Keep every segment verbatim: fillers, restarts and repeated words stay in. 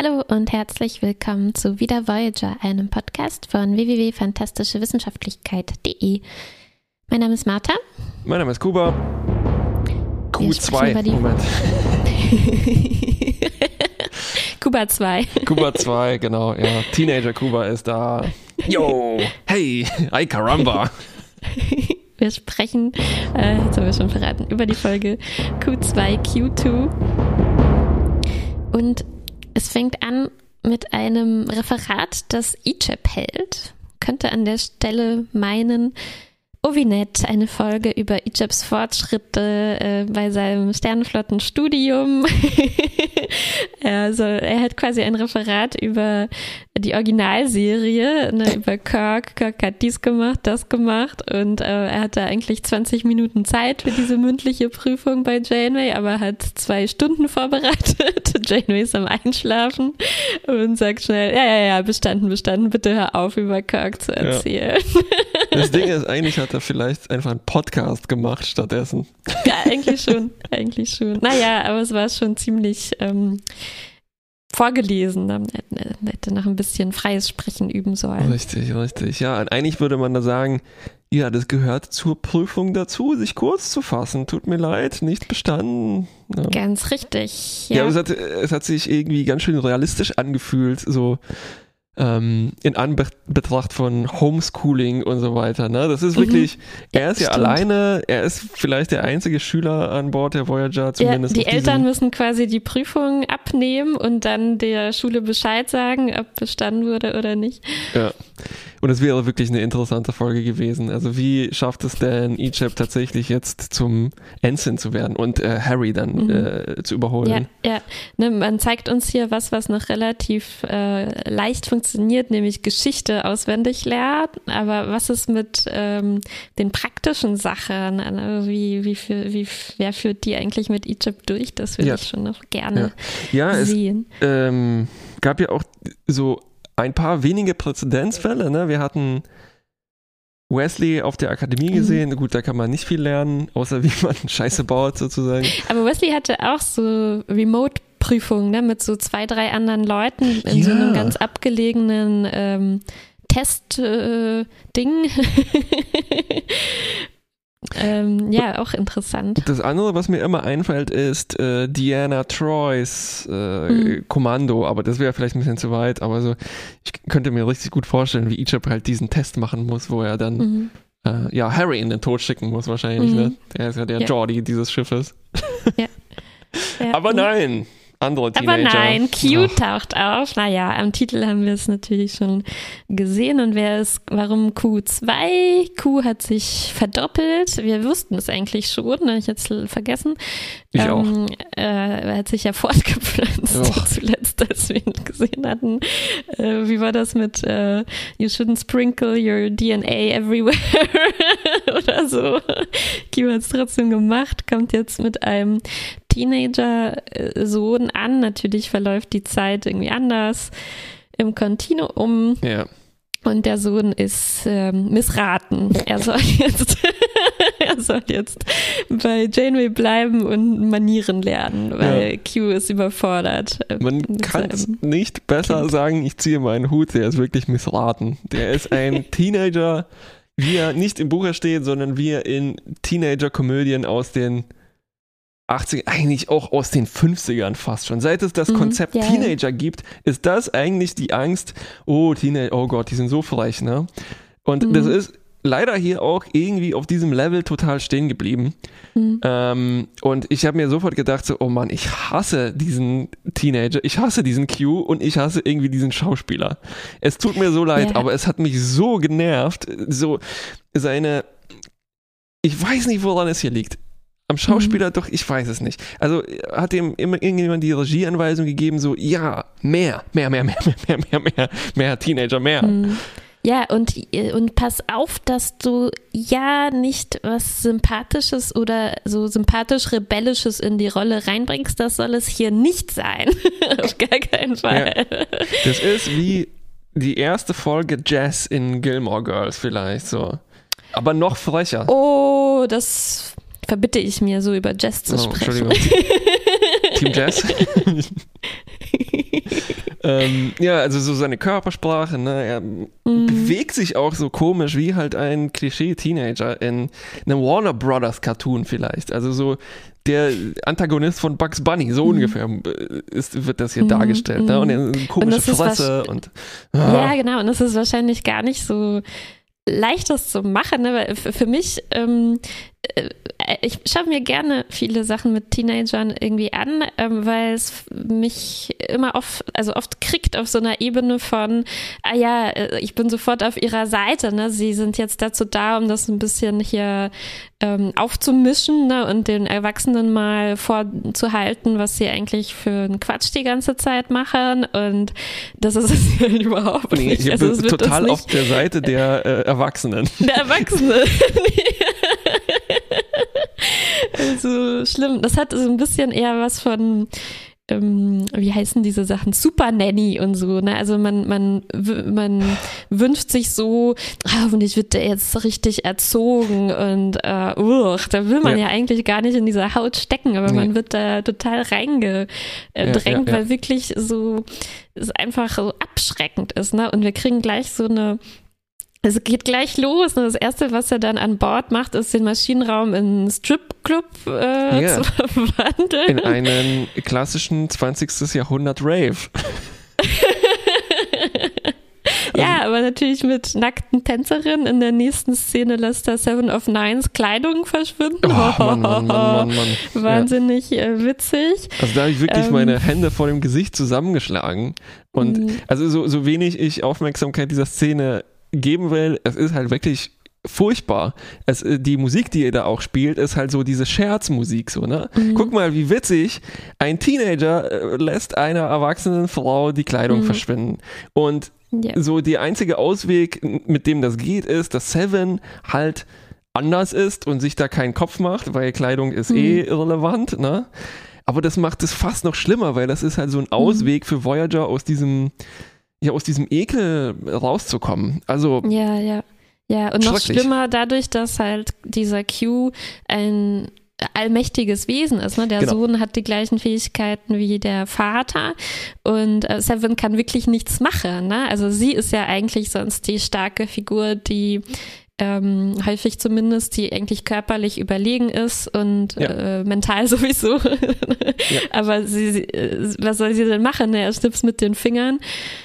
Hallo und herzlich willkommen zu Wieder Voyager, einem Podcast von w w w punkt fantastische wissenschaftlichkeit punkt de. Mein Name ist Martha. Mein Name ist Kuba. Q zwei, Moment. Kuba zwei. Kuba zwei, genau, ja. Teenager Kuba ist da. Yo, hey, ay caramba. Wir sprechen, äh, jetzt haben wir schon verraten, über die Folge Q zwei Q zwei. Und es fängt an mit einem Referat, das Icheb hält. Könnte an der Stelle meinen, oh wie nett, eine Folge über Ichebs Fortschritte äh, bei seinem Sternenflottenstudium. also, er hat quasi ein Referat über die Originalserie, ne, über Kirk. Kirk hat dies gemacht, das gemacht und äh, er hatte eigentlich zwanzig Minuten Zeit für diese mündliche Prüfung bei Janeway, aber hat zwei Stunden vorbereitet. Janeway ist am Einschlafen und sagt schnell, ja, ja, ja, bestanden, bestanden, bitte hör auf, über Kirk zu erzählen. Ja. Das Ding ist, eigentlich hat er vielleicht einfach einen Podcast gemacht stattdessen. Ja, eigentlich schon, eigentlich schon. Naja, aber es war schon ziemlich ähm, vorgelesen. Er hätte noch ein bisschen freies Sprechen üben sollen. Richtig, richtig. Ja, und eigentlich würde man da sagen, ja, das gehört zur Prüfung dazu, sich kurz zu fassen. Tut mir leid, nicht bestanden. Ja. Ganz richtig. Ja, ja aber es hat, es hat sich irgendwie ganz schön realistisch angefühlt, so Ähm, in Anbetracht von Homeschooling und so weiter. Ne? Das ist wirklich, mhm. er ist ja, ja alleine, er ist vielleicht der einzige Schüler an Bord der Voyager, zumindest. Ja, die Eltern müssen quasi die Prüfung abnehmen und dann der Schule Bescheid sagen, ob bestanden wurde oder nicht. Ja, und es wäre wirklich eine interessante Folge gewesen. Also wie schafft es denn Icheb tatsächlich jetzt zum Ensign zu werden und äh, Harry dann mhm. äh, zu überholen? Ja, ja. Ne, man zeigt uns hier was, was noch relativ äh, leicht funktioniert, nämlich Geschichte auswendig lernen. Aber was ist mit ähm, den praktischen Sachen? Also wie, wie, für, wie, wer führt die eigentlich mit Icheb durch? Das würde ja. ich schon noch gerne ja. Ja, sehen. Es ähm, gab ja auch so ein paar wenige Präzedenzfälle. Ne? Wir hatten Wesley auf der Akademie gesehen. Mhm. Gut, da kann man nicht viel lernen, außer wie man Scheiße baut sozusagen. Aber Wesley hatte auch so Remote-Prüfungen, ne? Mit so zwei, drei anderen Leuten in ja. so einem ganz abgelegenen ähm, Test-Ding. Äh, Ähm, ja, auch interessant. Das andere, was mir immer einfällt, ist äh, Deanna Troys äh, mhm. Kommando, aber das wäre vielleicht ein bisschen zu weit, aber so, ich könnte mir richtig gut vorstellen, wie Icheb halt diesen Test machen muss, wo er dann mhm. äh, ja, Harry in den Tod schicken muss wahrscheinlich, mhm. ne? Der ist ja der ja. Geordie dieses Schiffes. Ja. Ja. Aber nein! Andere Teenager. Aber nein, Q Ach. taucht auf. Naja, am Titel haben wir es natürlich schon gesehen. Und wer ist, warum Q zwei? Q hat sich verdoppelt. Wir wussten es eigentlich schon, habe ich jetzt vergessen. Ich ähm, auch. Äh, er hat sich ja fortgepflanzt, Och. zuletzt, als wir ihn gesehen hatten. Äh, wie war das mit uh, You shouldn't sprinkle your D N A everywhere oder so. Q hat es trotzdem gemacht, kommt jetzt mit einem Teenager-Sohn an. Natürlich verläuft die Zeit irgendwie anders im Kontinuum. Ja. Und der Sohn ist ähm, missraten. Er soll jetzt er soll jetzt bei Janeway bleiben und Manieren lernen, weil ja. Q ist überfordert. Man kann es nicht besser kind. sagen, ich ziehe meinen Hut, der ist wirklich missraten. Der ist ein Teenager, wie er nicht im Buch steht, sondern wie er in Teenager-Komödien aus den achtziger, eigentlich auch aus den fünfzigern fast schon. Seit es das mhm, Konzept yeah. Teenager gibt, ist das eigentlich die Angst, oh, Teenager, oh Gott, die sind so frech, ne? Und mhm. das ist leider hier auch irgendwie auf diesem Level total stehen geblieben. Mhm. Ähm, und ich habe mir sofort gedacht, so, oh Mann, ich hasse diesen Teenager, ich hasse diesen Q und ich hasse irgendwie diesen Schauspieler. Es tut mir so leid, yeah. aber es hat mich so genervt, so seine, ich weiß nicht, woran es hier liegt. Am Schauspieler mhm. doch, ich weiß es nicht. Also hat ihm immer irgendjemand die Regieanweisung gegeben, so, ja, mehr, mehr, mehr, mehr, mehr, mehr, mehr, mehr, mehr Teenager, mehr. Mhm. Ja, und, und pass auf, dass du ja nicht was Sympathisches oder so sympathisch-rebellisches in die Rolle reinbringst. Das soll es hier nicht sein. Auf gar keinen Fall. Ja. Das ist wie die erste Folge Jazz in Gilmore Girls vielleicht so. Aber noch frecher. Oh, das verbitte ich mir, so über Jazz zu oh, sprechen. Entschuldigung. Team Jazz? ähm, ja, also so seine Körpersprache, ne? Er mhm. bewegt sich auch so komisch wie halt ein Klischee-Teenager in einem Warner Brothers Cartoon vielleicht. Also so der Antagonist von Bugs Bunny, so mhm. ungefähr ist, wird das hier mhm. dargestellt. Ne? Und er hat eine komische und Fresse. Und, ah. Ja, genau. Und es ist wahrscheinlich gar nicht so leicht, das zu machen. Ne? Weil für mich, ähm, ich schaue mir gerne viele Sachen mit Teenagern irgendwie an, ähm, weil es mich immer oft, also oft kriegt auf so einer Ebene von, ah ja, ich bin sofort auf ihrer Seite, ne? Sie sind jetzt dazu da, um das ein bisschen hier ähm, aufzumischen, ne? Und den Erwachsenen mal vorzuhalten, was sie eigentlich für einen Quatsch die ganze Zeit machen, und das ist es halt überhaupt nee, nicht. Ich also, bin total auf der Seite der äh, Erwachsenen. Der Erwachsenen. Also schlimm. Das hat so ein bisschen eher was von, ähm, wie heißen diese Sachen? Super Nanny und so. Ne? Also man, man, man wünscht sich so, ah, hoffentlich wird der jetzt richtig erzogen und uh, uh, da will man ja. ja eigentlich gar nicht in dieser Haut stecken, aber nee. man wird da total reingedrängt, ja, ja, ja. weil wirklich so es einfach so abschreckend ist. Ne? Und wir kriegen gleich so eine Es geht gleich los. Das Erste, was er dann an Bord macht, ist, den Maschinenraum in einen Stripclub äh, yeah. zu verwandeln. In einen klassischen zwanzigsten Jahrhundert Rave. Ja, also, aber natürlich mit nackten Tänzerinnen. In der nächsten Szene lässt er Seven of Nines Kleidung verschwinden. Oh, Mann, Mann, Mann, Mann, Mann. Wahnsinnig ja. äh, witzig. Also da habe ich wirklich ähm, meine Hände vor dem Gesicht zusammengeschlagen. Und mh. also so, so wenig ich Aufmerksamkeit dieser Szene geben will, es ist halt wirklich furchtbar. Es, die Musik, die ihr da auch spielt, ist halt so diese Scherzmusik, so, ne? Mhm. Guck mal, wie witzig, ein Teenager äh, lässt einer erwachsenen Frau die Kleidung mhm. verschwinden. Und ja. so der einzige Ausweg, mit dem das geht, ist, dass Seven halt anders ist und sich da keinen Kopf macht, weil Kleidung ist mhm. eh irrelevant, ne? Aber das macht es fast noch schlimmer, weil das ist halt so ein Ausweg mhm. für Voyager aus diesem ja, aus diesem Ekel rauszukommen. Also ja, ja. Ja, und noch schlimmer dadurch, dass halt dieser Q ein allmächtiges Wesen ist. Ne? Der genau. Sohn hat die gleichen Fähigkeiten wie der Vater, und äh, Seven kann wirklich nichts machen. Ne? Also sie ist ja eigentlich sonst die starke Figur, die Ähm, häufig zumindest, die eigentlich körperlich überlegen ist und ja. äh, mental sowieso. ja. Aber sie, sie, was soll sie denn machen? Ne? Er schnippst mit den Fingern.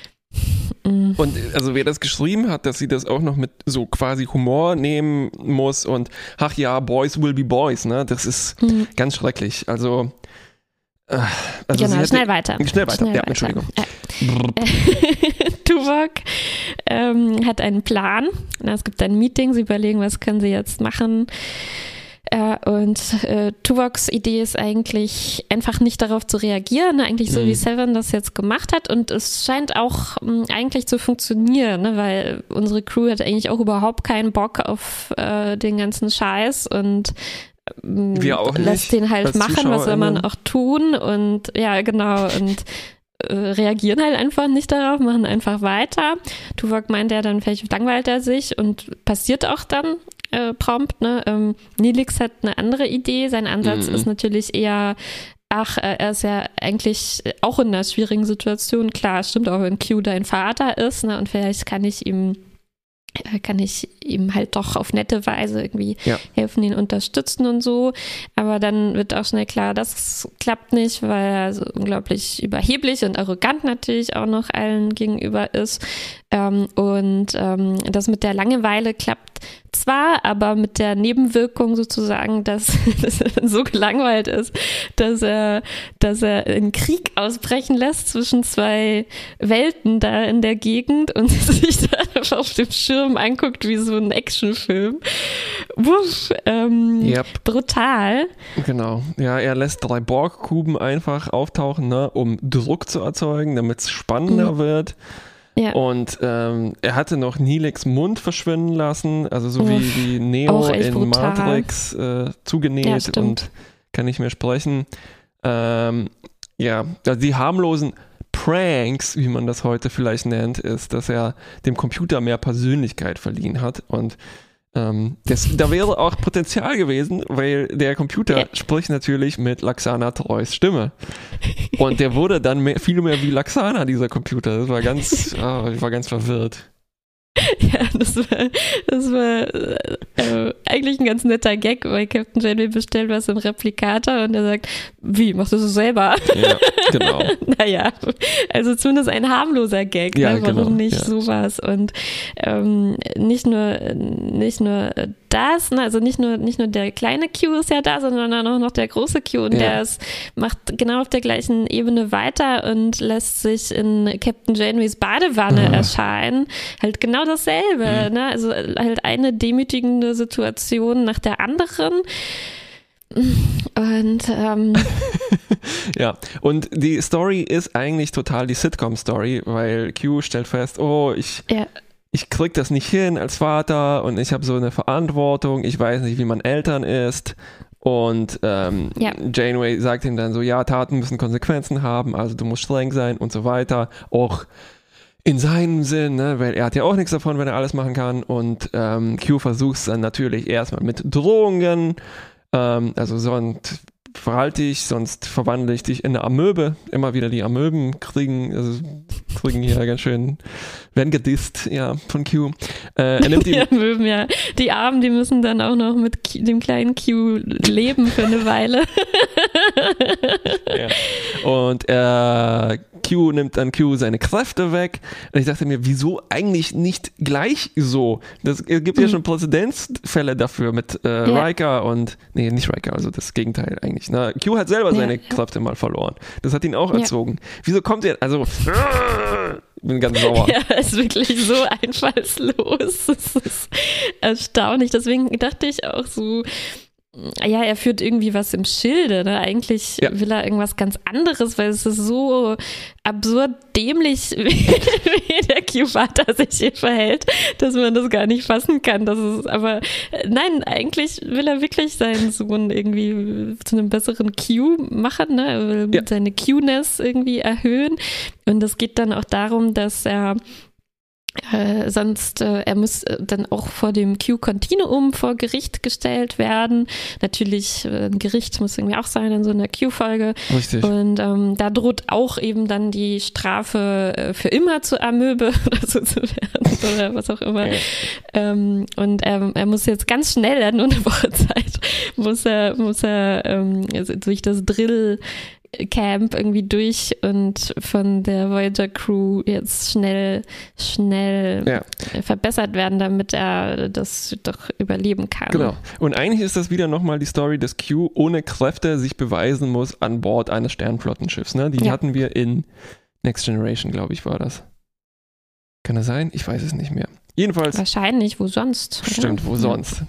Und also wer das geschrieben hat, dass sie das auch noch mit so quasi Humor nehmen muss und ach ja, Boys will be Boys, ne? Das ist mhm. ganz schrecklich. Also, äh, also genau, schnell hätte, weiter. Schnell weiter, schnell ja, weiter. Entschuldigung. Äh, Tuvok ähm, hat einen Plan. Na, es gibt ein Meeting, sie überlegen, was können sie jetzt machen. Äh, und äh, Tuvoks Idee ist eigentlich einfach nicht darauf zu reagieren, ne? Eigentlich so mhm. wie Seven das jetzt gemacht hat, und es scheint auch mh, eigentlich zu funktionieren, ne? Weil unsere Crew hat eigentlich auch überhaupt keinen Bock auf äh, den ganzen Scheiß und mh, Wir auch lässt nicht, den halt machen, was soll man auch tun, und ja genau, und äh, reagieren halt einfach nicht darauf, machen einfach weiter. Tuvok meint ja dann, vielleicht langweilt er sich, und passiert auch dann Äh, prompt, ne? Ähm, Neelix hat eine andere Idee. Sein Ansatz mhm. ist natürlich eher, ach, äh, er ist ja eigentlich auch in einer schwierigen Situation. Klar, stimmt auch, wenn Q dein Vater ist, ne? Und vielleicht kann ich ihm kann ich ihm halt doch auf nette Weise irgendwie ja. helfen, ihn unterstützen und so. Aber dann wird auch schnell klar, das klappt nicht, weil er so unglaublich überheblich und arrogant natürlich auch noch allen gegenüber ist. Ähm, und ähm, das mit der Langeweile klappt zwar, aber mit der Nebenwirkung sozusagen, dass, dass er so gelangweilt ist, dass er, dass er einen Krieg ausbrechen lässt zwischen zwei Welten da in der Gegend und sich da auf dem Schirm anguckt wie so ein Actionfilm. Wuff, ähm, yep. brutal. Genau, ja, er lässt drei Borg-Kuben einfach auftauchen, ne, um Druck zu erzeugen, damit es spannender mhm. wird. Ja. Und ähm, er hatte noch Neelix Mund verschwinden lassen, also so wie, wie Neo in brutal. Matrix äh, zugenäht ja, und kann nicht mehr sprechen. Ähm, ja, also die harmlosen Pranks, wie man das heute vielleicht nennt, ist, dass er dem Computer mehr Persönlichkeit verliehen hat und Ähm, das, da wäre auch Potenzial gewesen, weil der Computer ja. spricht natürlich mit Lwaxana Troys Stimme. Und der wurde dann mehr, viel mehr wie Lwaxana, dieser Computer. Das war ganz, oh, ich war ganz verwirrt. Ja, das war, das war äh, eigentlich ein ganz netter Gag, weil Captain Janeway bestellt was im Replikator und er sagt, wie, machst du das selber? Ja, genau. Naja, also zumindest ein harmloser Gag, ja, ne? Warum genau, nicht ja. sowas? Und ähm, nicht nur nicht nur das, ne? Also nicht nur nicht nur der kleine Q ist ja da, sondern auch noch der große Q und ja. der ist, macht genau auf der gleichen Ebene weiter und lässt sich in Captain Janeways Badewanne ah. erscheinen. Halt genau dasselbe, mhm. ne? Also halt eine demütigende Situation nach der anderen. Und ähm, ja, und die Story ist eigentlich total die Sitcom-Story, weil Q stellt fest, oh, ich, ja. ich krieg das nicht hin als Vater und ich habe so eine Verantwortung, ich weiß nicht, wie man Eltern ist. Und ähm, ja. Janeway sagt ihm dann so, ja, Taten müssen Konsequenzen haben, also du musst streng sein und so weiter. Auch in seinem Sinn, ne, weil er hat ja auch nichts davon, wenn er alles machen kann. Und ähm, Q versucht es dann natürlich erstmal mit Drohungen. Ähm, also sonst verhalte ich, sonst verwandle ich dich in eine Amöbe. Immer wieder die Amöben kriegen, also kriegen hier ganz schön, werden gedisst, ja, von Q. Äh, er nimmt die, die Amöben, ja. Die Armen, die müssen dann auch noch mit Q, dem kleinen Q leben für eine Weile. ja. Und äh, Q nimmt dann Q seine Kräfte weg. Und ich dachte mir, wieso eigentlich nicht gleich so? Das, es gibt mhm. ja schon Präzedenzfälle dafür mit äh, ja. Riker und, nee, nicht Riker, also das Gegenteil eigentlich. Na, Q hat selber seine ja. Kräfte mal verloren. Das hat ihn auch ja. erzogen. Wieso kommt er, also, ich bin ganz sauer. Ja, es ist wirklich so einfallslos. Das ist erstaunlich. Deswegen dachte ich auch so, ja, er führt irgendwie was im Schilde, ne? Eigentlich ja. will er irgendwas ganz anderes, weil es ist so absurd dämlich, wie, wie der Q-Vater sich hier verhält, dass man das gar nicht fassen kann. Das ist, aber nein, eigentlich will er wirklich seinen Sohn irgendwie zu einem besseren Q machen, ne? Er will ja. seine Q-ness irgendwie erhöhen. Und es geht dann auch darum, dass er Äh, sonst, äh, er muss äh, dann auch vor dem Q-Kontinuum vor Gericht gestellt werden. Natürlich, äh, ein Gericht muss irgendwie auch sein in so einer Q-Folge. Richtig. Und ähm, da droht auch eben dann die Strafe äh, für immer zur Amöbe oder so zu werden oder was auch immer. Ja. Ähm, und er, er muss jetzt ganz schnell, er hat nur eine Woche Zeit, muss er, muss er ähm, also durch das Drill Camp irgendwie durch und von der Voyager Crew jetzt schnell, schnell ja. verbessert werden, damit er das doch überleben kann. Genau. Und eigentlich ist das wieder nochmal die Story, dass Q ohne Kräfte sich beweisen muss an Bord eines Sternflottenschiffs. Ne? Die ja. hatten wir in Next Generation, glaube ich, war das. Kann das sein? Ich weiß es nicht mehr. Jedenfalls. Wahrscheinlich, wo sonst? Oder? Stimmt, wo sonst?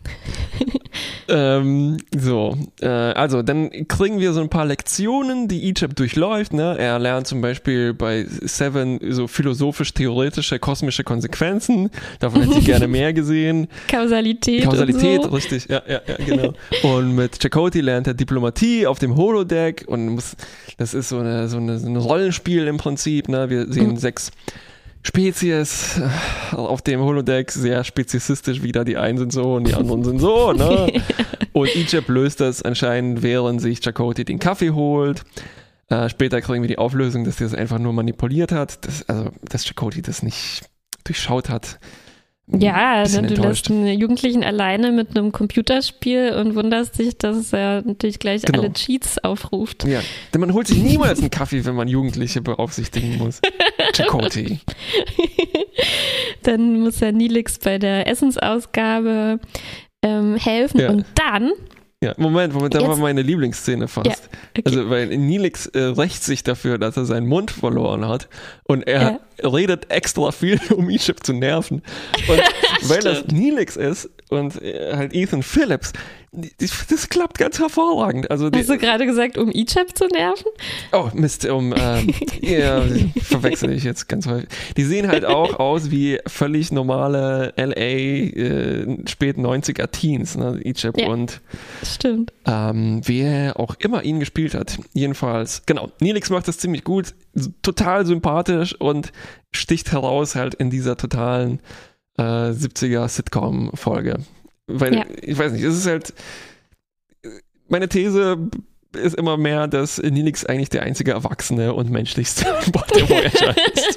ähm, so, äh, also dann kriegen wir so ein paar Lektionen, die Icheb durchläuft. Ne? Er lernt zum Beispiel bei Seven so philosophisch-theoretische kosmische Konsequenzen. Davon hätte ich gerne mehr gesehen. Kausalität. Kausalität, und so. Richtig, ja, ja, ja, genau. Und mit Chakotay lernt er Diplomatie auf dem Holodeck und muss, das ist so, eine, so, eine, so ein Rollenspiel im Prinzip. Ne? Wir sehen mhm. sechs Spezies auf dem Holodeck, sehr speziesistisch wieder, die einen sind so und die anderen sind so, ne? Und Icheb löst das anscheinend, während sich Chakotay den Kaffee holt. Äh, später kriegen wir die Auflösung, dass er das einfach nur manipuliert hat, dass, also dass Chakotay das nicht durchschaut hat. Ja, ne, du lässt einen Jugendlichen alleine mit einem Computerspiel und wunderst dich, dass er natürlich gleich genau. alle Cheats aufruft. Ja, denn man holt sich niemals einen Kaffee, wenn man Jugendliche beaufsichtigen muss. Chakotay. Dann muss er Neelix bei der Essensausgabe ähm, helfen ja. und dann Ja, Moment, Moment, da Jetzt? war meine Lieblingsszene fast. Ja, okay. Also, weil Neelix äh, rächt sich dafür, dass er seinen Mund verloren hat und er ja. redet extra viel, um Icheb zu nerven. Und weil das Neelix ist und äh, halt Ethan Phillips, das, das klappt ganz hervorragend. Also, Hast die, du gerade gesagt, um Icheb zu nerven? Oh, Mist, um, ähm, ja, verwechsel ich jetzt ganz häufig. Die sehen halt auch aus wie völlig normale L A äh, spät neunziger Teens, ne, Icheb ja. und Stimmt. Ähm, wer auch immer ihn gespielt hat. Jedenfalls, genau, Neelix macht das ziemlich gut, total sympathisch und sticht heraus halt in dieser totalen äh, siebziger-Sitcom-Folge. Weil, ja. ich weiß nicht, es ist halt, meine These ist immer mehr, dass Neelix eigentlich der einzige erwachsene und menschlichste der Voyager ist.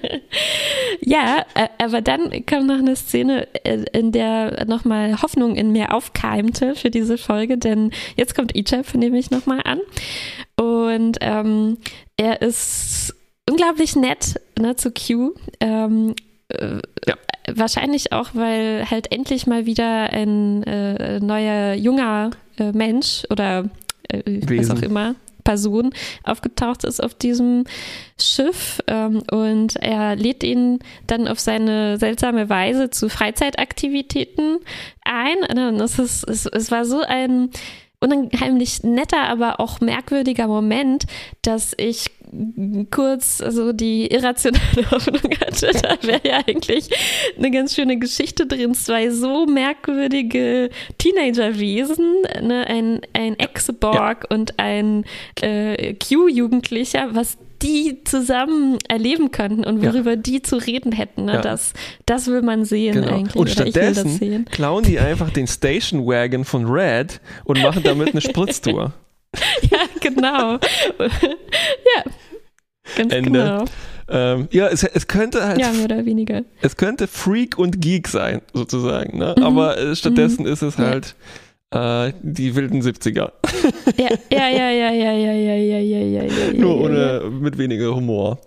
Ja, aber dann kam noch eine Szene, in der nochmal Hoffnung in mir aufkeimte für diese Folge, denn jetzt kommt Icheb, nehme ich nochmal an. Und ähm, er ist unglaublich nett, ne, zu Q. Ähm, äh, ja. Wahrscheinlich auch, weil halt endlich mal wieder ein äh, neuer, junger äh, Mensch oder äh, was auch immer, Person aufgetaucht ist auf diesem Schiff, ähm, und er lädt ihn dann auf seine seltsame Weise zu Freizeitaktivitäten ein. Und es, ist, es, es war so ein unheimlich netter, aber auch merkwürdiger Moment, dass ich kurz also die irrationale Hoffnung hatte, da wäre ja eigentlich eine ganz schöne Geschichte drin. Zwei so merkwürdige Teenagerwesen, ne? ein, ein Ex-Borg ja. und ein äh, Q-Jugendlicher, was die zusammen erleben könnten und worüber ja. die zu reden hätten. Ne? Ja. Das, das will man sehen genau. eigentlich. Und stattdessen klauen die einfach den Station Wagon von Red und machen damit eine Spritztour. Ja, genau. Ja, ganz Ende. genau. Ähm, ja, es, es könnte halt. Ja, mehr oder weniger. Es könnte Freak und Geek sein, sozusagen. Ne? Mhm. Aber äh, stattdessen mhm. ist es halt ja. äh, die wilden siebziger. Ja, ja, ja, ja, ja, ja, ja, ja, ja, ja, ja. Nur ohne, ja. mit weniger Humor.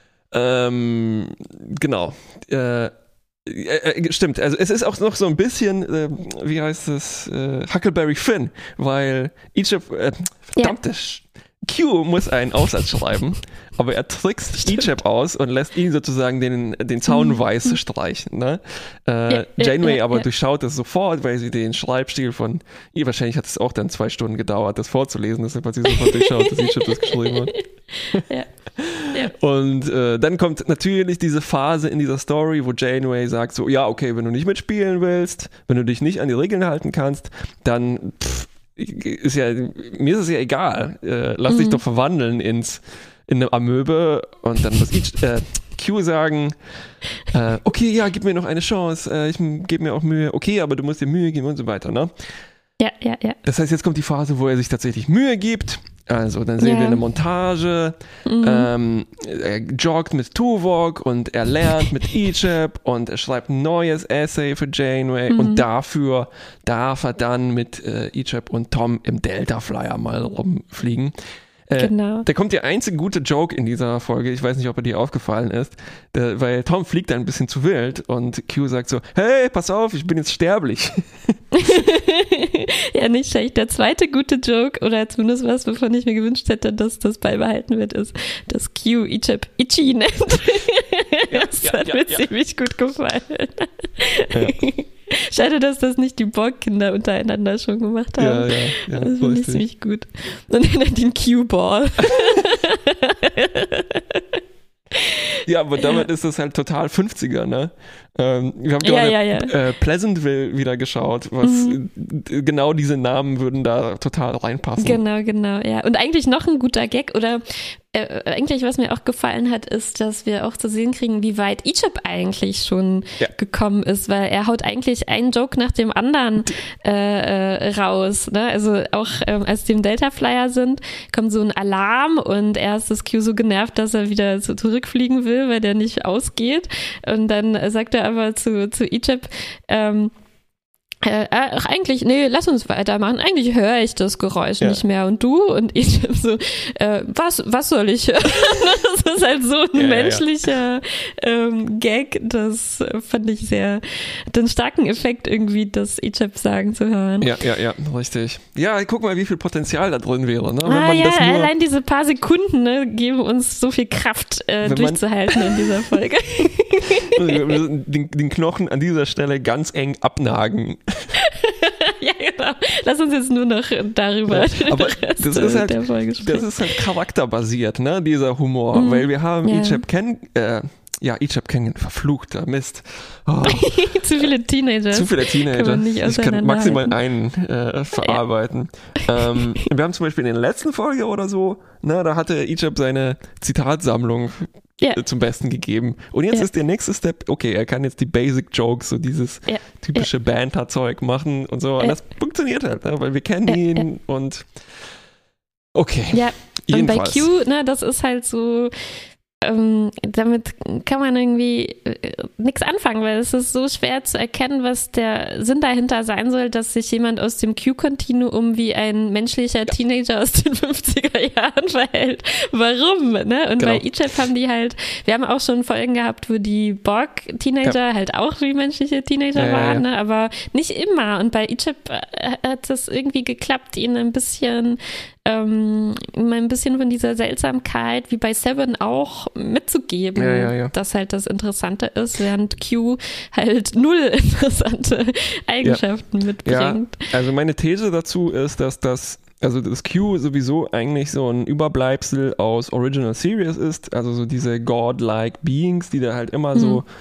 Ähm, genau. Äh, Äh, stimmt, also es ist auch noch so ein bisschen, äh, wie heißt es, äh, Huckleberry Finn, weil Icheb, äh, verdammte ja. Q muss einen Aufsatz schreiben, aber er trickst Icheb aus und lässt ihn sozusagen den, den Zaun mhm. weiß streichen. Ne? Äh, ja, Janeway ja, aber ja. durchschaut das sofort, weil sie den Schreibstil von ihr, wahrscheinlich hat es auch dann zwei Stunden gedauert, das vorzulesen, deshalb hat sie sofort durchschaut, dass Icheb das geschrieben hat. Ja. Ja. Und äh, dann kommt natürlich diese Phase in dieser Story, wo Janeway sagt so, ja, okay, wenn du nicht mitspielen willst, wenn du dich nicht an die Regeln halten kannst, dann pff, ist ja, mir ist es ja egal, äh, lass mhm. dich doch verwandeln ins, in eine Amöbe und dann muss ich, äh, Q sagen, äh, okay, ja, gib mir noch eine Chance, äh, ich gebe mir auch Mühe, okay, aber du musst dir Mühe geben und so weiter, ne? Ja, ja, ja. Das heißt, jetzt kommt die Phase, wo er sich tatsächlich Mühe gibt. Also, dann sehen yeah. wir eine Montage, mhm. ähm, er joggt mit Tuvok und er lernt mit Icheb und er schreibt ein neues Essay für Janeway mhm. und dafür darf er dann mit äh, Icheb und Tom im Delta Flyer mal rumfliegen. Äh, genau. Da kommt der einzige gute Joke in dieser Folge, ich weiß nicht, ob er dir aufgefallen ist, der, weil Tom fliegt ein bisschen zu wild und Q sagt so, hey, pass auf, ich bin jetzt sterblich. Ja, nicht schlecht. Der zweite gute Joke, oder zumindest was, wovon ich mir gewünscht hätte, dass das beibehalten wird, ist, dass Q Icheb Itchy nennt. Ja, das ja, hat ja, mir ja. ziemlich gut gefallen. Ja. Schade, dass das nicht die Borg-Kinder untereinander schon gemacht haben. Ja, ja, ja, das finde ich ziemlich gut. Und er nennt ihn Q-Ball. Ja, aber damit ist es halt total fünfziger, ne? Ähm, wir haben gerade ja, ja, ja. äh, Pleasantville wieder geschaut, was mhm. äh, genau diese Namen würden da total reinpassen. Genau, genau, ja. Und eigentlich noch ein guter Gag oder äh, eigentlich, was mir auch gefallen hat, ist, dass wir auch zu sehen kriegen, wie weit Icheb eigentlich schon ja. gekommen ist, weil er haut eigentlich einen Joke nach dem anderen äh, äh, raus, ne? Also auch ähm, als die im Delta Flyer sind, kommt so ein Alarm und erst ist Q so genervt, dass er wieder so zurückfliegen will, weil der nicht ausgeht, und dann sagt er aber zu, zu Icheb, ähm, Äh, ach, eigentlich, nee, lass uns weitermachen. Eigentlich höre ich das Geräusch ja. nicht mehr. Und du? Und ich so, äh, was, was soll ich hören? Das ist halt so ein ja, menschlicher ja. Ähm, Gag. Das fand ich sehr, den starken Effekt irgendwie, das Icheb sagen zu hören. Ja, ja, ja, richtig. Ja, guck mal, wie viel Potenzial da drin wäre. Ne? Wenn ah man ja, das nur, allein diese paar Sekunden ne, geben uns so viel Kraft, äh, durchzuhalten in dieser Folge. den, den Knochen an dieser Stelle ganz eng abnagen. Ja, genau. Lass uns jetzt nur noch darüber ja, aber das ist, halt, das ist halt charakterbasiert, ne, dieser Humor, mhm. weil wir haben ja. Icheb kennen, äh, ja, Icheb kennen, verfluchter Mist. Oh. Zu viele Teenager. Zu viele Teenager. Kann ich kann maximal einen äh, verarbeiten. Ja. Ähm, wir haben zum Beispiel in der letzten Folge oder so, ne, da hatte Icheb seine Zitatsammlung ja. zum Besten gegeben. Und jetzt ja. ist der nächste Step, okay, er kann jetzt die Basic Jokes, so dieses ja. typische ja. Banter-Zeug machen und so. Und ja. das funktioniert halt, ne? Weil wir kennen ja. ihn ja. und okay. Ja, jedenfalls. Und bei Q, ne, das ist halt so, ähm, damit kann man irgendwie äh, nichts anfangen, weil es ist so schwer zu erkennen, was der Sinn dahinter sein soll, dass sich jemand aus dem Q-Kontinuum wie ein menschlicher ja. Teenager aus den fünfziger Jahren verhält. Warum? Ne? Und genau. bei Icheb haben die halt, wir haben auch schon Folgen gehabt, wo die Borg-Teenager ja. halt auch wie menschliche Teenager ja, waren, ja, ja. Ne? Aber nicht immer. Und bei Icheb hat es irgendwie geklappt, ihn ein bisschen Ähm, ein bisschen von dieser Seltsamkeit, wie bei Seven auch, mitzugeben, ja, ja, ja. das halt das Interessante ist, während Q halt null interessante Eigenschaften ja. mitbringt. Ja, also meine These dazu ist, dass das, also das Q sowieso eigentlich so ein Überbleibsel aus Original Series ist, also so diese godlike Beings, die da halt immer mhm. so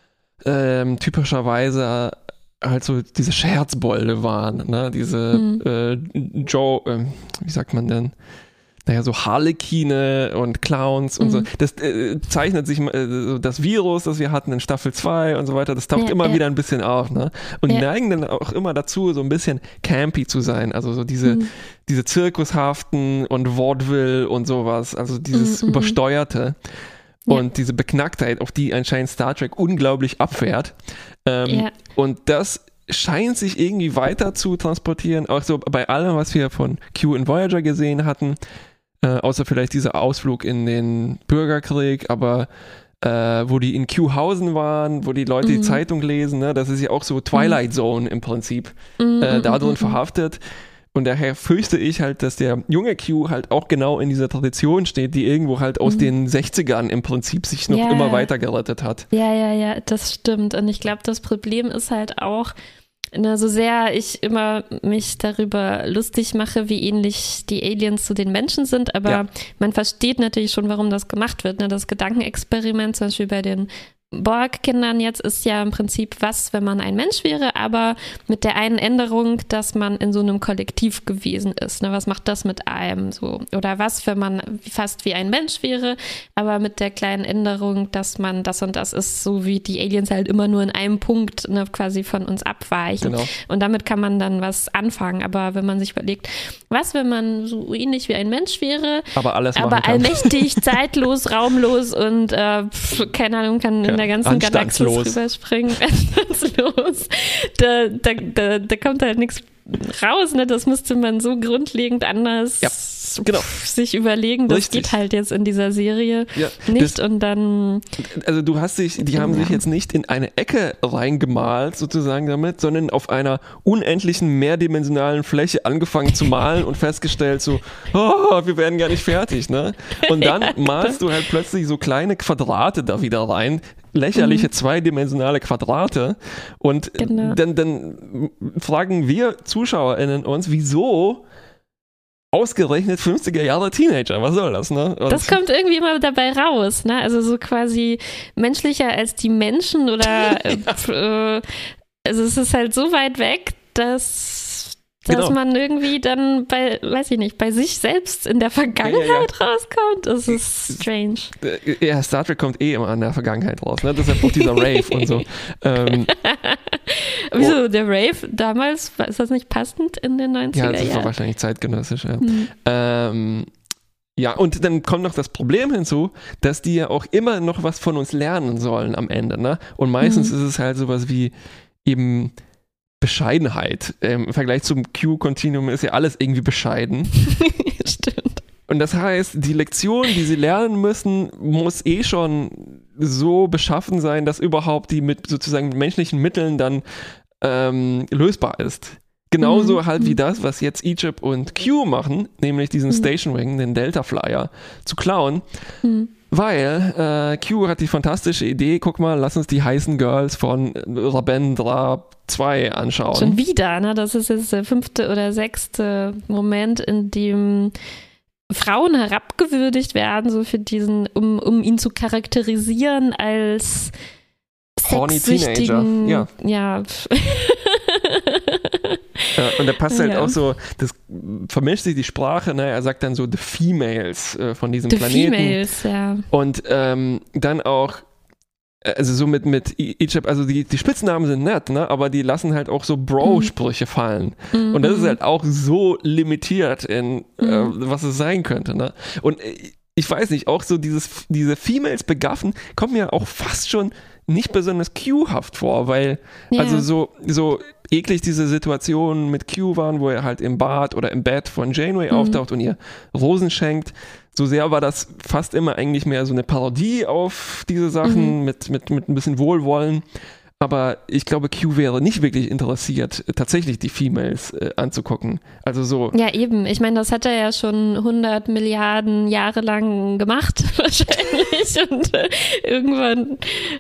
ähm, typischerweise halt so diese Scherzbolde waren, ne? Diese mhm. äh, Joe, äh, wie sagt man denn? Naja, so Harlekine und Clowns und mhm. so. Das äh, zeichnet sich, äh, das Virus, das wir hatten in Staffel zwei und so weiter, das taucht ja, immer ja. wieder ein bisschen auf, ne? Und ja. neigen dann auch immer dazu, so ein bisschen campy zu sein. Also so diese, mhm. diese Zirkushaften und Vaudeville und sowas, also dieses mhm. Übersteuerte. Ja. Und diese Beknacktheit, auf die anscheinend Star Trek unglaublich abfährt. Ähm, ja. Und das scheint sich irgendwie weiter zu transportieren, auch so bei allem, was wir von Q in Voyager gesehen hatten, äh, außer vielleicht dieser Ausflug in den Bürgerkrieg, aber äh, wo die in Q-Hausen waren, wo die Leute mhm. die Zeitung lesen, ne? Das ist ja auch so Twilight Zone im Prinzip, mhm. äh, da drin mhm. verhaftet. Und daher fürchte ich halt, dass der junge Q halt auch genau in dieser Tradition steht, die irgendwo halt aus mhm. den sechzigern im Prinzip sich noch ja, immer weiter gerettet hat. Ja, ja, ja, das stimmt. Und ich glaube, das Problem ist halt auch, na, so sehr ich immer mich darüber lustig mache, wie ähnlich die Aliens zu den Menschen sind, aber ja. man versteht natürlich schon, warum das gemacht wird. Ne? Das Gedankenexperiment zum Beispiel bei den Borg-Kindern jetzt ist ja im Prinzip was, wenn man ein Mensch wäre, aber mit der einen Änderung, dass man in so einem Kollektiv gewesen ist. Ne? Was macht das mit einem so? Oder was, wenn man fast wie ein Mensch wäre, aber mit der kleinen Änderung, dass man das und das ist, so wie die Aliens halt immer nur in einem Punkt, ne, quasi von uns abweichen. Genau. Und damit kann man dann was anfangen. Aber wenn man sich überlegt, was, wenn man so ähnlich wie ein Mensch wäre, aber alles aber allmächtig, zeitlos, raumlos und äh, pf, keine Ahnung, kann ja. in der ganzen Galaxis rüberspringen. Anstandslos. Da, da, da, da kommt halt nichts raus, ne? Das müsste man so grundlegend anders ja, genau. sich überlegen. Das Richtig. Geht halt jetzt in dieser Serie ja, nicht. Das, und dann. Also du hast dich, die haben ja. sich jetzt nicht in eine Ecke reingemalt, sozusagen damit, sondern auf einer unendlichen mehrdimensionalen Fläche angefangen zu malen und festgestellt, so, oh, wir werden gar nicht fertig, ne? Und dann ja, malst du halt plötzlich so kleine Quadrate da wieder rein, lächerliche mhm. zweidimensionale Quadrate und genau. dann, dann fragen wir ZuschauerInnen uns, wieso ausgerechnet fünfziger Jahre Teenager, was soll das, ne? Und das kommt irgendwie immer dabei raus, ne? Also so quasi menschlicher als die Menschen oder äh, also es ist halt so weit weg, dass dass genau. man irgendwie dann bei, weiß ich nicht, bei sich selbst in der Vergangenheit ja, ja, ja. rauskommt. Das ist strange. Ja, Star Trek kommt eh immer in der Vergangenheit raus, ne? Deshalb auch dieser Rave und so. Ähm, Wieso, oh. der Rave damals, ist das nicht passend in den neunziger Jahren? Ja, das war wahrscheinlich zeitgenössisch, ja. Hm. Ähm, ja, und dann kommt noch das Problem hinzu, dass die ja auch immer noch was von uns lernen sollen am Ende, ne? Und meistens hm. ist es halt sowas wie eben Bescheidenheit. Ähm, Im Vergleich zum Q-Kontinuum ist ja alles irgendwie bescheiden. Stimmt. Und das heißt, die Lektion, die sie lernen müssen, muss eh schon so beschaffen sein, dass überhaupt die mit sozusagen menschlichen Mitteln dann ähm, lösbar ist. Genauso mhm. halt wie das, was jetzt Icheb und Q machen, nämlich diesen mhm. Station Wagon, den Delta Flyer, zu klauen. Mhm. Weil äh, Q hat die fantastische Idee, guck mal, lass uns die heißen Girls von Rabendra zwei anschauen. Schon wieder, ne? Das ist jetzt der fünfte oder sechste Moment, in dem Frauen herabgewürdigt werden, so für diesen, um, um ihn zu charakterisieren als horny Teenager, ja. ja. Ja, und da passt halt ja. auch so, das vermischt sich die Sprache, ne? Er sagt dann so The Females äh, von diesem The Planeten. Females, ja. Und ähm, dann auch, also so mit, mit Icheb, also die, die Spitznamen sind nett, ne? Aber die lassen halt auch so Bro-Sprüche mhm. fallen. Mhm. Und das ist halt auch so limitiert in, mhm. äh, was es sein könnte, ne? Und ich weiß nicht, auch so dieses, diese Females begaffen kommt mir auch fast schon nicht besonders Q-haft vor, weil ja. also so, so eklig diese Situationen mit Q waren, wo er halt im Bad oder im Bett von Janeway mhm. auftaucht und ihr Rosen schenkt. So sehr war das fast immer eigentlich mehr so eine Parodie auf diese Sachen mhm. mit, mit, mit ein bisschen Wohlwollen. Aber ich glaube, Q wäre nicht wirklich interessiert, tatsächlich die Females äh, anzugucken. Also so. Ja, eben. Ich meine, das hat er ja schon hundert Milliarden Jahre lang gemacht, wahrscheinlich. Und äh, irgendwann.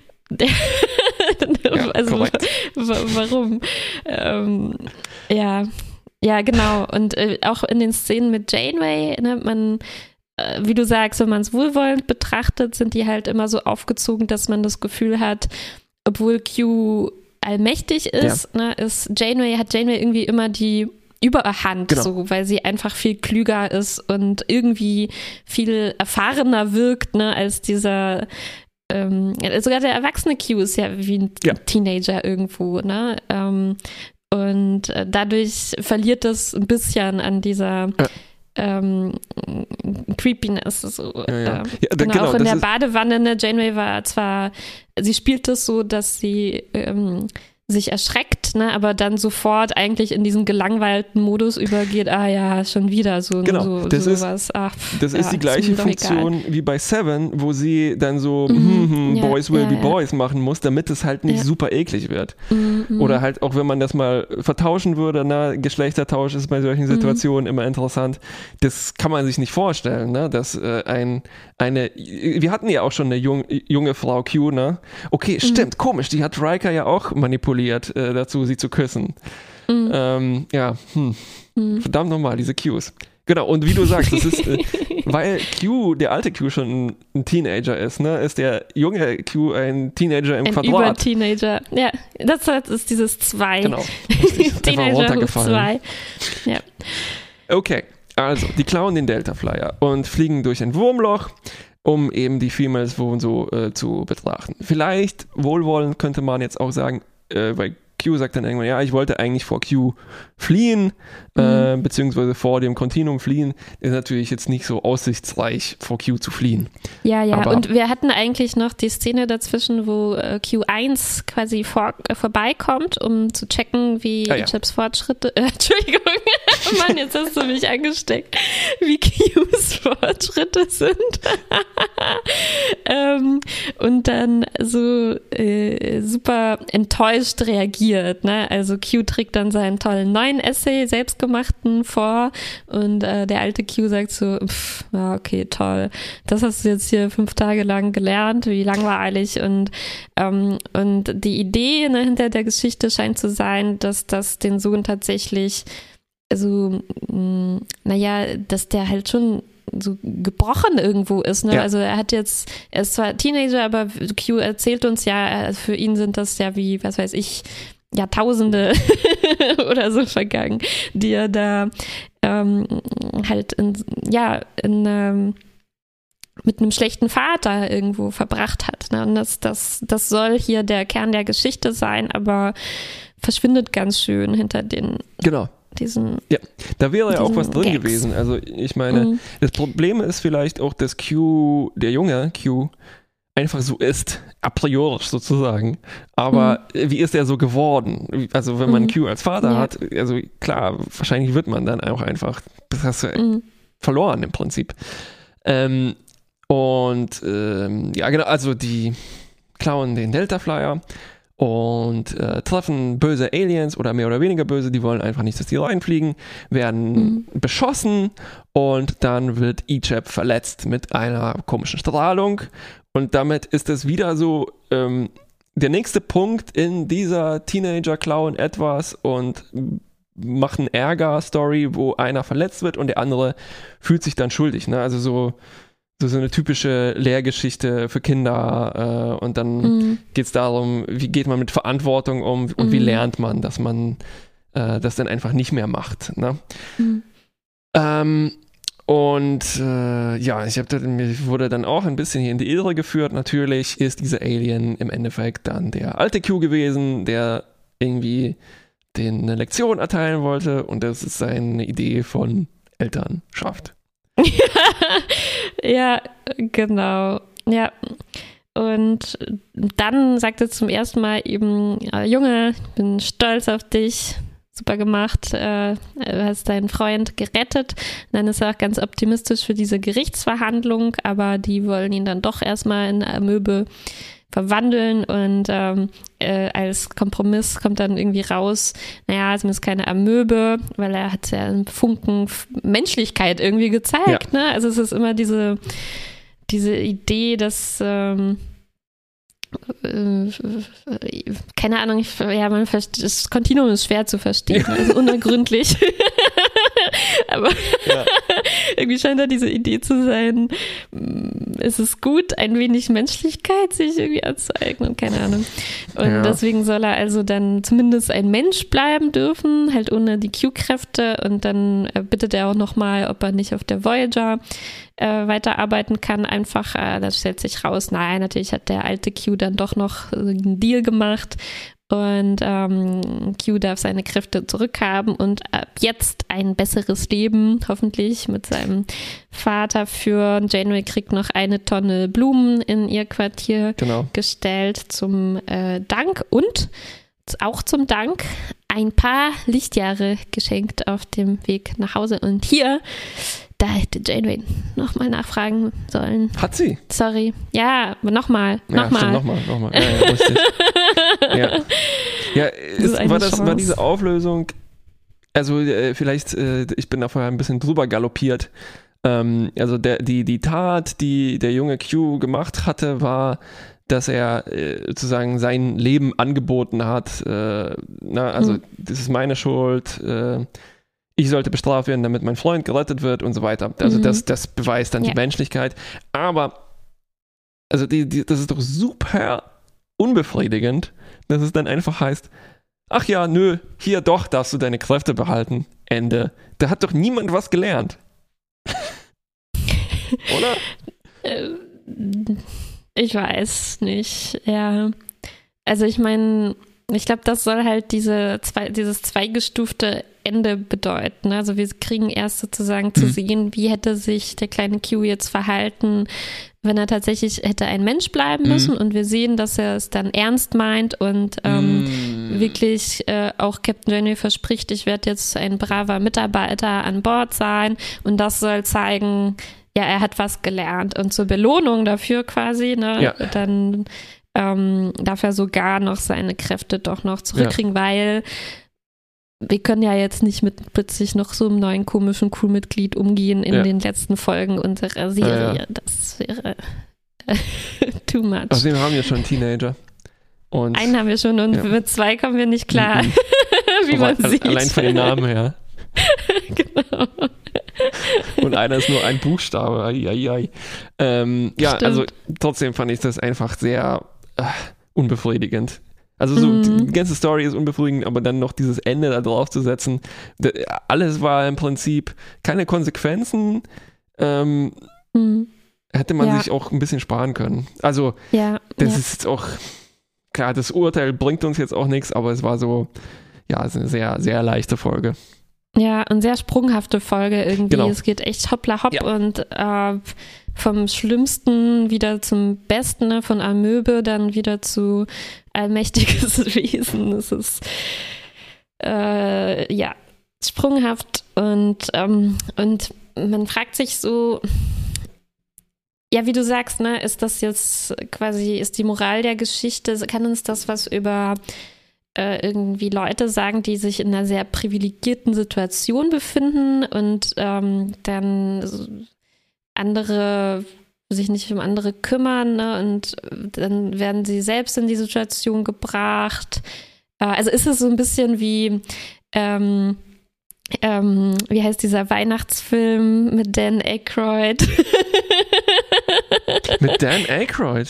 ja, also w- warum? Ähm, ja, ja, genau. Und äh, auch in den Szenen mit Janeway, ne, man, äh, wie du sagst, wenn man es wohlwollend betrachtet, sind die halt immer so aufgezogen, dass man das Gefühl hat, obwohl Q allmächtig ist, ja. ne, ist Janeway, hat Janeway irgendwie immer die Überhand, genau. so, weil sie einfach viel klüger ist und irgendwie viel erfahrener wirkt, ne, als dieser ähm, sogar der erwachsene Q ist ja wie ein ja. Teenager irgendwo, ne? Ähm, und äh, dadurch verliert das ein bisschen an dieser ja. ähm, Creepiness. So, ja, ja. Äh, ja, da, genau, genau, auch in der ist Badewanne, ne? Janeway war zwar, sie spielt es so, dass sie ähm, sich erschreckt, ne, aber dann sofort eigentlich in diesen gelangweilten Modus übergeht, ah ja, schon wieder so, genau, so das sowas. Ist, Ach, das ja, ist die gleiche ist Funktion wie bei Seven, wo sie dann so mhm, hm, hm, ja, Boys will ja, be ja. boys machen muss, damit es halt nicht ja. super eklig wird. Mhm, Oder halt auch, wenn man das mal vertauschen würde, na, Geschlechtertausch ist bei solchen Situationen mhm. immer interessant. Das kann man sich nicht vorstellen, ne, dass äh, ein, eine, wir hatten ja auch schon eine jung, junge Frau Q, ne? Okay, mhm. stimmt, komisch, die hat Riker ja auch manipuliert äh, dazu, sie zu küssen. Mhm. Ähm, ja, hm. mhm. verdammt nochmal, diese Qs. Genau, und wie du sagst, das ist, äh, weil Q, der alte Q schon ein, ein Teenager ist, ne, ist der junge Q ein Teenager im ein Quadrat. Über-Teenager, ja, das ist dieses zwei. Genau, Teenager hoch zwei. Ja. Okay, also, die klauen den Delta Flyer und fliegen durch ein Wurmloch, um eben die Females wo und so äh, zu betrachten. Vielleicht, wohlwollend könnte man jetzt auch sagen, äh, weil Q sagt dann irgendwann, ja, ich wollte eigentlich vor Q fliehen, mhm. äh, beziehungsweise vor dem Kontinuum fliehen. Ist natürlich jetzt nicht so aussichtsreich, vor Q zu fliehen. Ja, ja, aber und wir hatten eigentlich noch die Szene dazwischen, wo äh, Q eins quasi vor, äh, vorbeikommt, um zu checken, wie ah, ja. Ichebs Fortschritte, äh, Entschuldigung, Mann, jetzt hast du mich angesteckt, wie Qs Fortschritte sind. ähm, und dann so äh, super enttäuscht reagiert, ne? Also Q trägt dann seinen tollen neuen Essay, selbstgemachten, vor und äh, der alte Q sagt so, pff, ja, okay, toll, das hast du jetzt hier fünf Tage lang gelernt, wie langweilig und ähm, und die Idee, ne, hinter der Geschichte scheint zu sein, dass das den Sohn tatsächlich also, mh, naja, dass der halt schon so gebrochen irgendwo ist, ne? Ja. Also er hat jetzt, er ist zwar Teenager, aber Q erzählt uns ja, für ihn sind das ja wie, was weiß ich, Jahrtausende oder so vergangen, die er da ähm, halt in, ja, in ähm, mit einem schlechten Vater irgendwo verbracht hat. Ne? Und das, das, das soll hier der Kern der Geschichte sein, aber verschwindet ganz schön hinter den genau. diesen Ja, da wäre ja auch was drin Gags. gewesen. Also ich meine, mhm. das Problem ist vielleicht auch, dass Q, der junge Q, einfach so ist, a priori sozusagen. Aber mhm. wie ist er so geworden? Also wenn man mhm. Q als Vater ja. hat, also klar, wahrscheinlich wird man dann auch einfach, das hast du mhm. verloren im Prinzip. Ähm, und ähm, ja genau, also die klauen den Delta Flyer und äh, treffen böse Aliens oder mehr oder weniger böse, die wollen einfach nicht, dass die reinfliegen, werden mhm. beschossen und dann wird Icheb verletzt mit einer komischen Strahlung und damit ist es wieder so ähm, der nächste Punkt in dieser Teenager klauen etwas und machen Ärger-Story, wo einer verletzt wird und der andere fühlt sich dann schuldig, ne? Also so so, so eine typische Lehrgeschichte für Kinder äh, und dann mhm. geht es darum, wie geht man mit Verantwortung um und mhm. wie lernt man, dass man äh, das dann einfach nicht mehr macht. Ne? Mhm. Ähm, und äh, ja, ich habe mir wurde dann auch ein bisschen hier in die Irre geführt. Natürlich ist dieser Alien im Endeffekt dann der alte Q gewesen, der irgendwie den eine Lektion erteilen wollte und das ist seine Idee von Elternschaft. Ja, genau. Ja. Und dann sagt er zum ersten Mal eben, Junge, ich bin stolz auf dich, super gemacht, äh, du hast deinen Freund gerettet. Und dann ist er auch ganz optimistisch für diese Gerichtsverhandlung, aber die wollen ihn dann doch erstmal in eine Amöbe verwandeln und ähm, äh, als Kompromiss kommt dann irgendwie raus, naja, es ist keine Amöbe, weil er hat ja einen Funken Menschlichkeit irgendwie gezeigt, ja. Ne? Also es ist immer diese, diese Idee, dass ähm, äh, keine Ahnung, ich, ja, man versteht, das Kontinuum ist schwer zu verstehen, also unergründlich. Aber ja. Irgendwie scheint da diese Idee zu sein, es ist gut, ein wenig Menschlichkeit sich irgendwie anzueignen, keine Ahnung. Und ja. deswegen soll er also dann zumindest ein Mensch bleiben dürfen, halt ohne die Q-Kräfte und dann bittet er auch nochmal, ob er nicht auf der Voyager äh, weiterarbeiten kann, einfach, äh, das stellt sich raus, nein, natürlich hat der alte Q dann doch noch einen Deal gemacht. Und ähm, Q darf seine Kräfte zurückhaben und ab jetzt ein besseres Leben, hoffentlich mit seinem Vater führen. Janeway kriegt noch eine Tonne Blumen in ihr Quartier genau. gestellt zum äh, Dank und auch zum Dank ein paar Lichtjahre geschenkt auf dem Weg nach Hause. Und hier, da hätte Janeway nochmal nachfragen sollen. Hat sie? Sorry. Ja, nochmal. Ja, nochmal. Nochmal, nochmal. Ja, ja, richtig. ja, ja ist, war, das, war diese Auflösung, also äh, vielleicht, äh, ich bin da vorher ein bisschen drüber galoppiert. Ähm, also der, die, die Tat, die der junge Q gemacht hatte, war, dass er äh, sozusagen sein Leben angeboten hat. Äh, na, also hm. das ist meine Schuld. Äh, ich sollte bestraft werden, damit mein Freund gerettet wird und so weiter. Also mhm. das, das beweist dann ja. die Menschlichkeit. Aber also die, die, das ist doch super unbefriedigend, dass es dann einfach heißt, ach ja, nö, hier doch darfst du deine Kräfte behalten. Ende. Da hat doch niemand was gelernt. Oder? Ich weiß nicht, ja. Also ich meine, ich glaube, das soll halt diese zwei, dieses zweigestufte Ende bedeuten. Also wir kriegen erst sozusagen zu mhm. sehen, wie hätte sich der kleine Q jetzt verhalten, wenn er tatsächlich hätte ein Mensch bleiben müssen. Mhm. Und wir sehen, dass er es dann ernst meint und ähm, mhm. wirklich äh, auch Captain Janeway verspricht, ich werde jetzt ein braver Mitarbeiter an Bord sein. Und das soll zeigen, ja, er hat was gelernt. Und zur Belohnung dafür quasi, ne, ja. dann ähm, darf er sogar noch seine Kräfte doch noch zurückkriegen, ja. weil wir können ja jetzt nicht mit plötzlich noch so einem neuen komischen Crewmitglied umgehen in ja. den letzten Folgen unserer Serie. Ja, ja. Das wäre too much. Außerdem haben wir schon einen Teenager. Und einen haben wir schon und ja. mit zwei kommen wir nicht klar, mhm. wie man alle, sieht. Allein von den Namen her. Genau. Und einer ist nur ein Buchstabe. Ai, ai, ai. Ähm, ja, Stimmt. Also trotzdem fand ich das einfach sehr äh, unbefriedigend. Also so, mhm. die ganze Story ist unbefriedigend, aber dann noch dieses Ende da drauf zu setzen, das, alles war im Prinzip keine Konsequenzen, ähm, mhm. hätte man ja. sich auch ein bisschen sparen können. Also ja, das ja. ist jetzt auch, klar, das Urteil bringt uns jetzt auch nichts, aber es war so, ja, es ist eine sehr, sehr leichte Folge. Ja, eine sehr sprunghafte Folge irgendwie. Genau. Es geht echt hoppla hopp ja. und äh, vom Schlimmsten wieder zum Besten, ne? Von Amöbe dann wieder zu allmächtiges Wesen. Es ist äh, ja sprunghaft und, ähm, und man fragt sich so, ja, wie du sagst, ne, ist das jetzt quasi, ist die Moral der Geschichte, kann uns das was über irgendwie Leute sagen, die sich in einer sehr privilegierten Situation befinden und ähm, dann andere sich nicht um andere kümmern, ne? Und dann werden sie selbst in die Situation gebracht. Äh, also ist es so ein bisschen wie ähm, ähm, wie heißt dieser Weihnachtsfilm mit Dan Aykroyd? Mit Dan Aykroyd?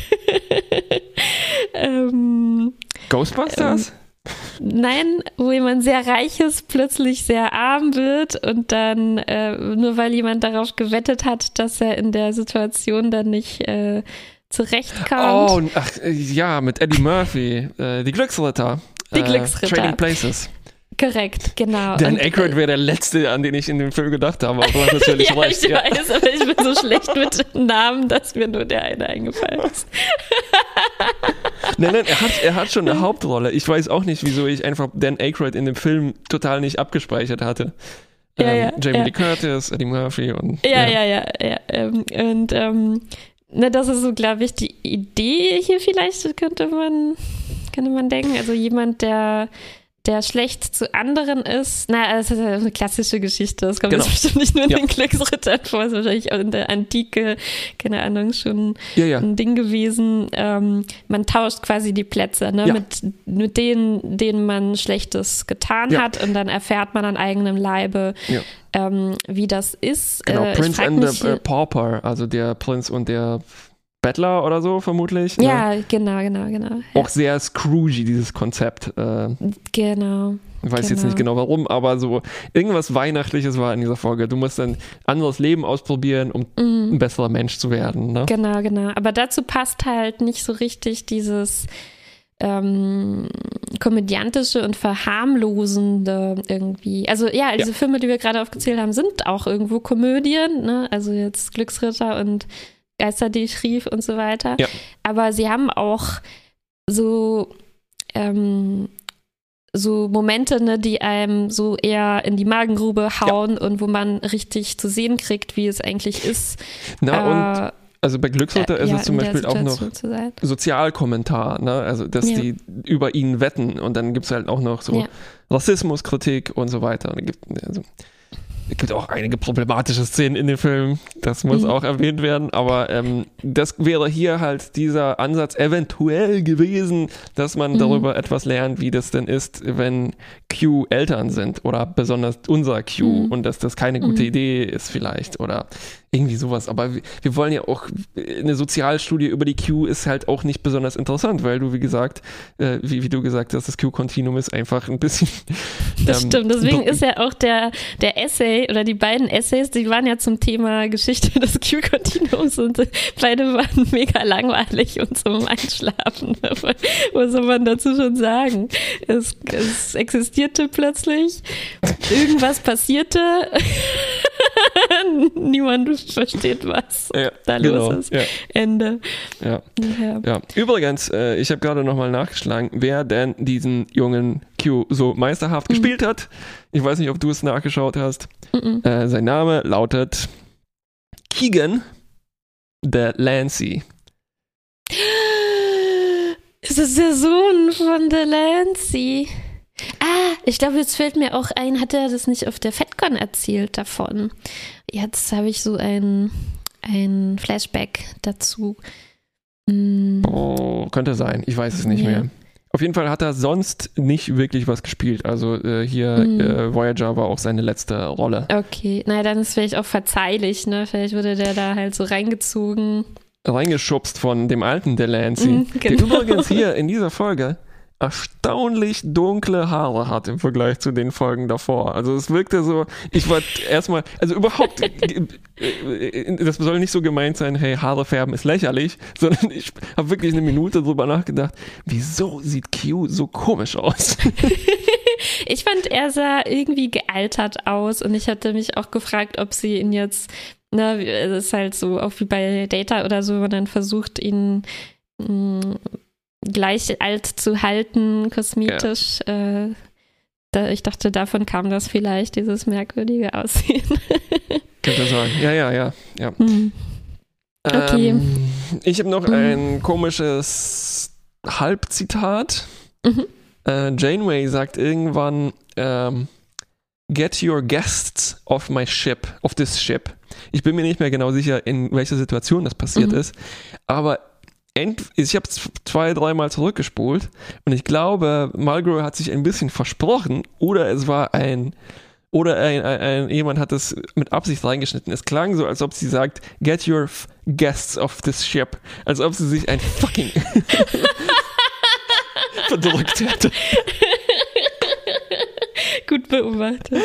ähm, Ghostbusters? Ähm, Nein, wo jemand sehr reich ist, plötzlich sehr arm wird und dann, äh, nur weil jemand darauf gewettet hat, dass er in der Situation dann nicht äh, zurechtkommt. Oh, ach, ja, mit Eddie Murphy. Äh, die Glücksritter. Die äh, Glücksritter. Trading Places. Korrekt, genau. Dan und, Aykroyd wäre der Letzte, an den ich in dem Film gedacht habe, aber du hast natürlich ja, recht. Ich ja, weiß, aber ich bin so schlecht mit den Namen, dass mir nur der eine eingefallen ist. Nein, nein, er hat, er hat schon eine Hauptrolle. Ich weiß auch nicht, wieso ich einfach Dan Aykroyd in dem Film total nicht abgespeichert hatte. Ja, ähm, ja, Jamie ja. Lee Curtis, Eddie Murphy und. Ja, ja, ja, ja. ja ähm, und ähm, ne, das ist so, glaube ich, die Idee hier vielleicht, könnte man, könnte man denken. Also jemand, der der schlecht zu anderen ist. Na, das ist ja eine klassische Geschichte. Das kommt Genau. jetzt bestimmt nicht nur in Ja. den Glücksrittern vor, das ist wahrscheinlich auch in der Antike, keine Ahnung, schon Ja, ja. ein Ding gewesen. Ähm, man tauscht quasi die Plätze, ne, Ja. mit, mit denen, denen man Schlechtes getan Ja. hat, und dann erfährt man an eigenem Leibe, Ja. ähm, wie das ist. Genau, Äh, ich Prince frag and mich, the äh, Pauper, also der Prinz und der Bettler oder so vermutlich. Ne? ja, genau, genau, genau. Ja, Auch sehr Scroogey, dieses Konzept. Äh, genau. ich weiß jetzt Genau. nicht genau warum, aber so irgendwas Weihnachtliches war in dieser Folge. Du musst ein anderes Leben ausprobieren, um Mhm. ein besserer Mensch zu werden. Ne? Genau, genau. Aber dazu passt halt nicht so richtig dieses ähm, komödiantische und verharmlosende irgendwie. Also ja, diese Ja. Filme, die wir gerade aufgezählt haben, sind auch irgendwo Komödien, ne? Also jetzt Glücksritter und Geister, die ich rief und so weiter. Ja. Aber sie haben auch so ähm, so Momente, ne, die einem so eher in die Magengrube hauen und wo man richtig zu sehen kriegt, wie es eigentlich ist. Na, und äh, also bei Glücksritter ist ja, es zum in der Beispiel auch noch Situation zu sein. Sozialkommentar, ne? Also dass Ja. die über ihn wetten und dann gibt es halt auch noch so Ja. Rassismuskritik und so weiter. Und es gibt, also, es gibt auch einige problematische Szenen in dem Film, das muss Mhm. auch erwähnt werden, aber ähm, das wäre hier halt dieser Ansatz eventuell gewesen, dass man Mhm. darüber etwas lernt, wie das denn ist, wenn Q Eltern sind oder besonders unser Q Mhm. und dass das keine gute Mhm. Idee ist vielleicht oder irgendwie sowas. Aber wir, wir wollen ja auch, eine Sozialstudie über die Q ist halt auch nicht besonders interessant, weil du, wie gesagt, äh, wie, wie du gesagt hast, das Q-Kontinuum ist einfach ein bisschen. Das ähm, stimmt, deswegen do- ist ja auch der, der Essay oder die beiden Essays, die waren ja zum Thema Geschichte des Q-Kontinuums und beide waren mega langweilig und zum Einschlafen. Was soll man dazu schon sagen? Es, es existierte plötzlich, irgendwas passierte, niemand versteht, was ja, da genau, los ist. Ja, Ende. ja. Ja. Ja, übrigens, äh, ich habe gerade nochmal nachgeschlagen, wer denn diesen jungen Q so meisterhaft Mhm. gespielt hat. Ich weiß nicht, ob du es nachgeschaut hast. Mhm. Äh, sein Name lautet Keegan Delancey. Ist das der Sohn von Delancey? Ah, ich glaube, jetzt fällt mir auch ein, hat er das nicht auf der FedCon erzählt davon? Jetzt habe ich so ein, ein Flashback dazu. Hm. Oh, könnte sein, ich weiß es nicht Ja. mehr. Auf jeden Fall hat er sonst nicht wirklich was gespielt. Also äh, hier Mhm. äh, Voyager war auch seine letzte Rolle. Okay, naja, dann ist vielleicht auch verzeihlich, ne? Vielleicht wurde der da halt so reingezogen. Reingeschubst von dem alten Delancey, Mhm, der genau. übrigens hier in dieser Folge erstaunlich dunkle Haare hat im Vergleich zu den Folgen davor. Also es wirkte so, ich war erstmal, also überhaupt, das soll nicht so gemeint sein, hey, Haare färben ist lächerlich, sondern ich habe wirklich eine Minute drüber nachgedacht, wieso sieht Q so komisch aus? Ich fand, er sah irgendwie gealtert aus und ich hatte mich auch gefragt, ob sie ihn jetzt, ne, es ist halt so, auch wie bei Data oder so, wo man dann versucht, ihn mh, gleich alt zu halten, kosmetisch. Ja. Äh, da, ich dachte, davon kam das vielleicht, dieses merkwürdige Aussehen. Könnte sein. Ja, ja, ja. ja. Hm. Okay. Ähm, ich habe noch Mhm. ein komisches Halbzitat. Mhm. Äh, Janeway sagt irgendwann, ähm, get your guests off my ship, off this ship. Ich bin mir nicht mehr genau sicher, in welcher Situation das passiert Mhm. ist, aber ent- ich habe zwei, dreimal zurückgespult und ich glaube, Mulgrew hat sich ein bisschen versprochen oder es war ein oder ein, ein, ein, jemand hat das mit Absicht reingeschnitten. Es klang so, als ob sie sagt, get your f- guests off this ship. Als ob sie sich ein fucking verdrückt hätte. Gut beobachtet.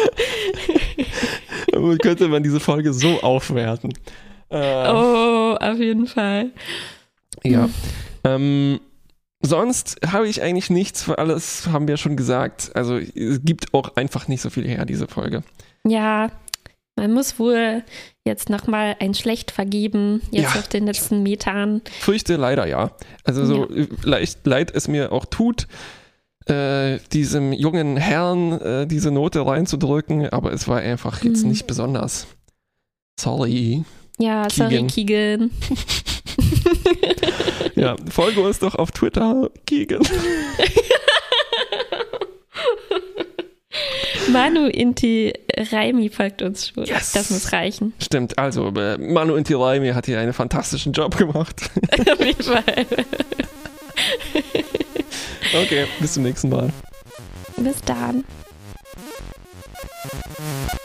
Und könnte man diese Folge so aufwerten. Äh, oh, auf jeden Fall. Ja. Hm. Ähm, sonst habe ich eigentlich nichts, für alles haben wir schon gesagt. Also es gibt auch einfach nicht so viel her, diese Folge. Ja, man muss wohl jetzt nochmal ein Schlecht vergeben, jetzt ja. auf den letzten Metern. Fürchte leider ja. Also so ja. leicht leid es mir auch tut, äh, diesem jungen Herrn äh, diese Note reinzudrücken, aber es war einfach jetzt mhm. nicht besonders. Sorry. Ja, sorry, Keegan. Ja, folge uns doch auf Twitter, Keegan. Manu Inti Raimi folgt uns schon. Yes. Das muss reichen. Stimmt, also äh, Manu Inti Raimi hat hier einen fantastischen Job gemacht. Auf jeden Fall. Okay, bis zum nächsten Mal. Bis dann.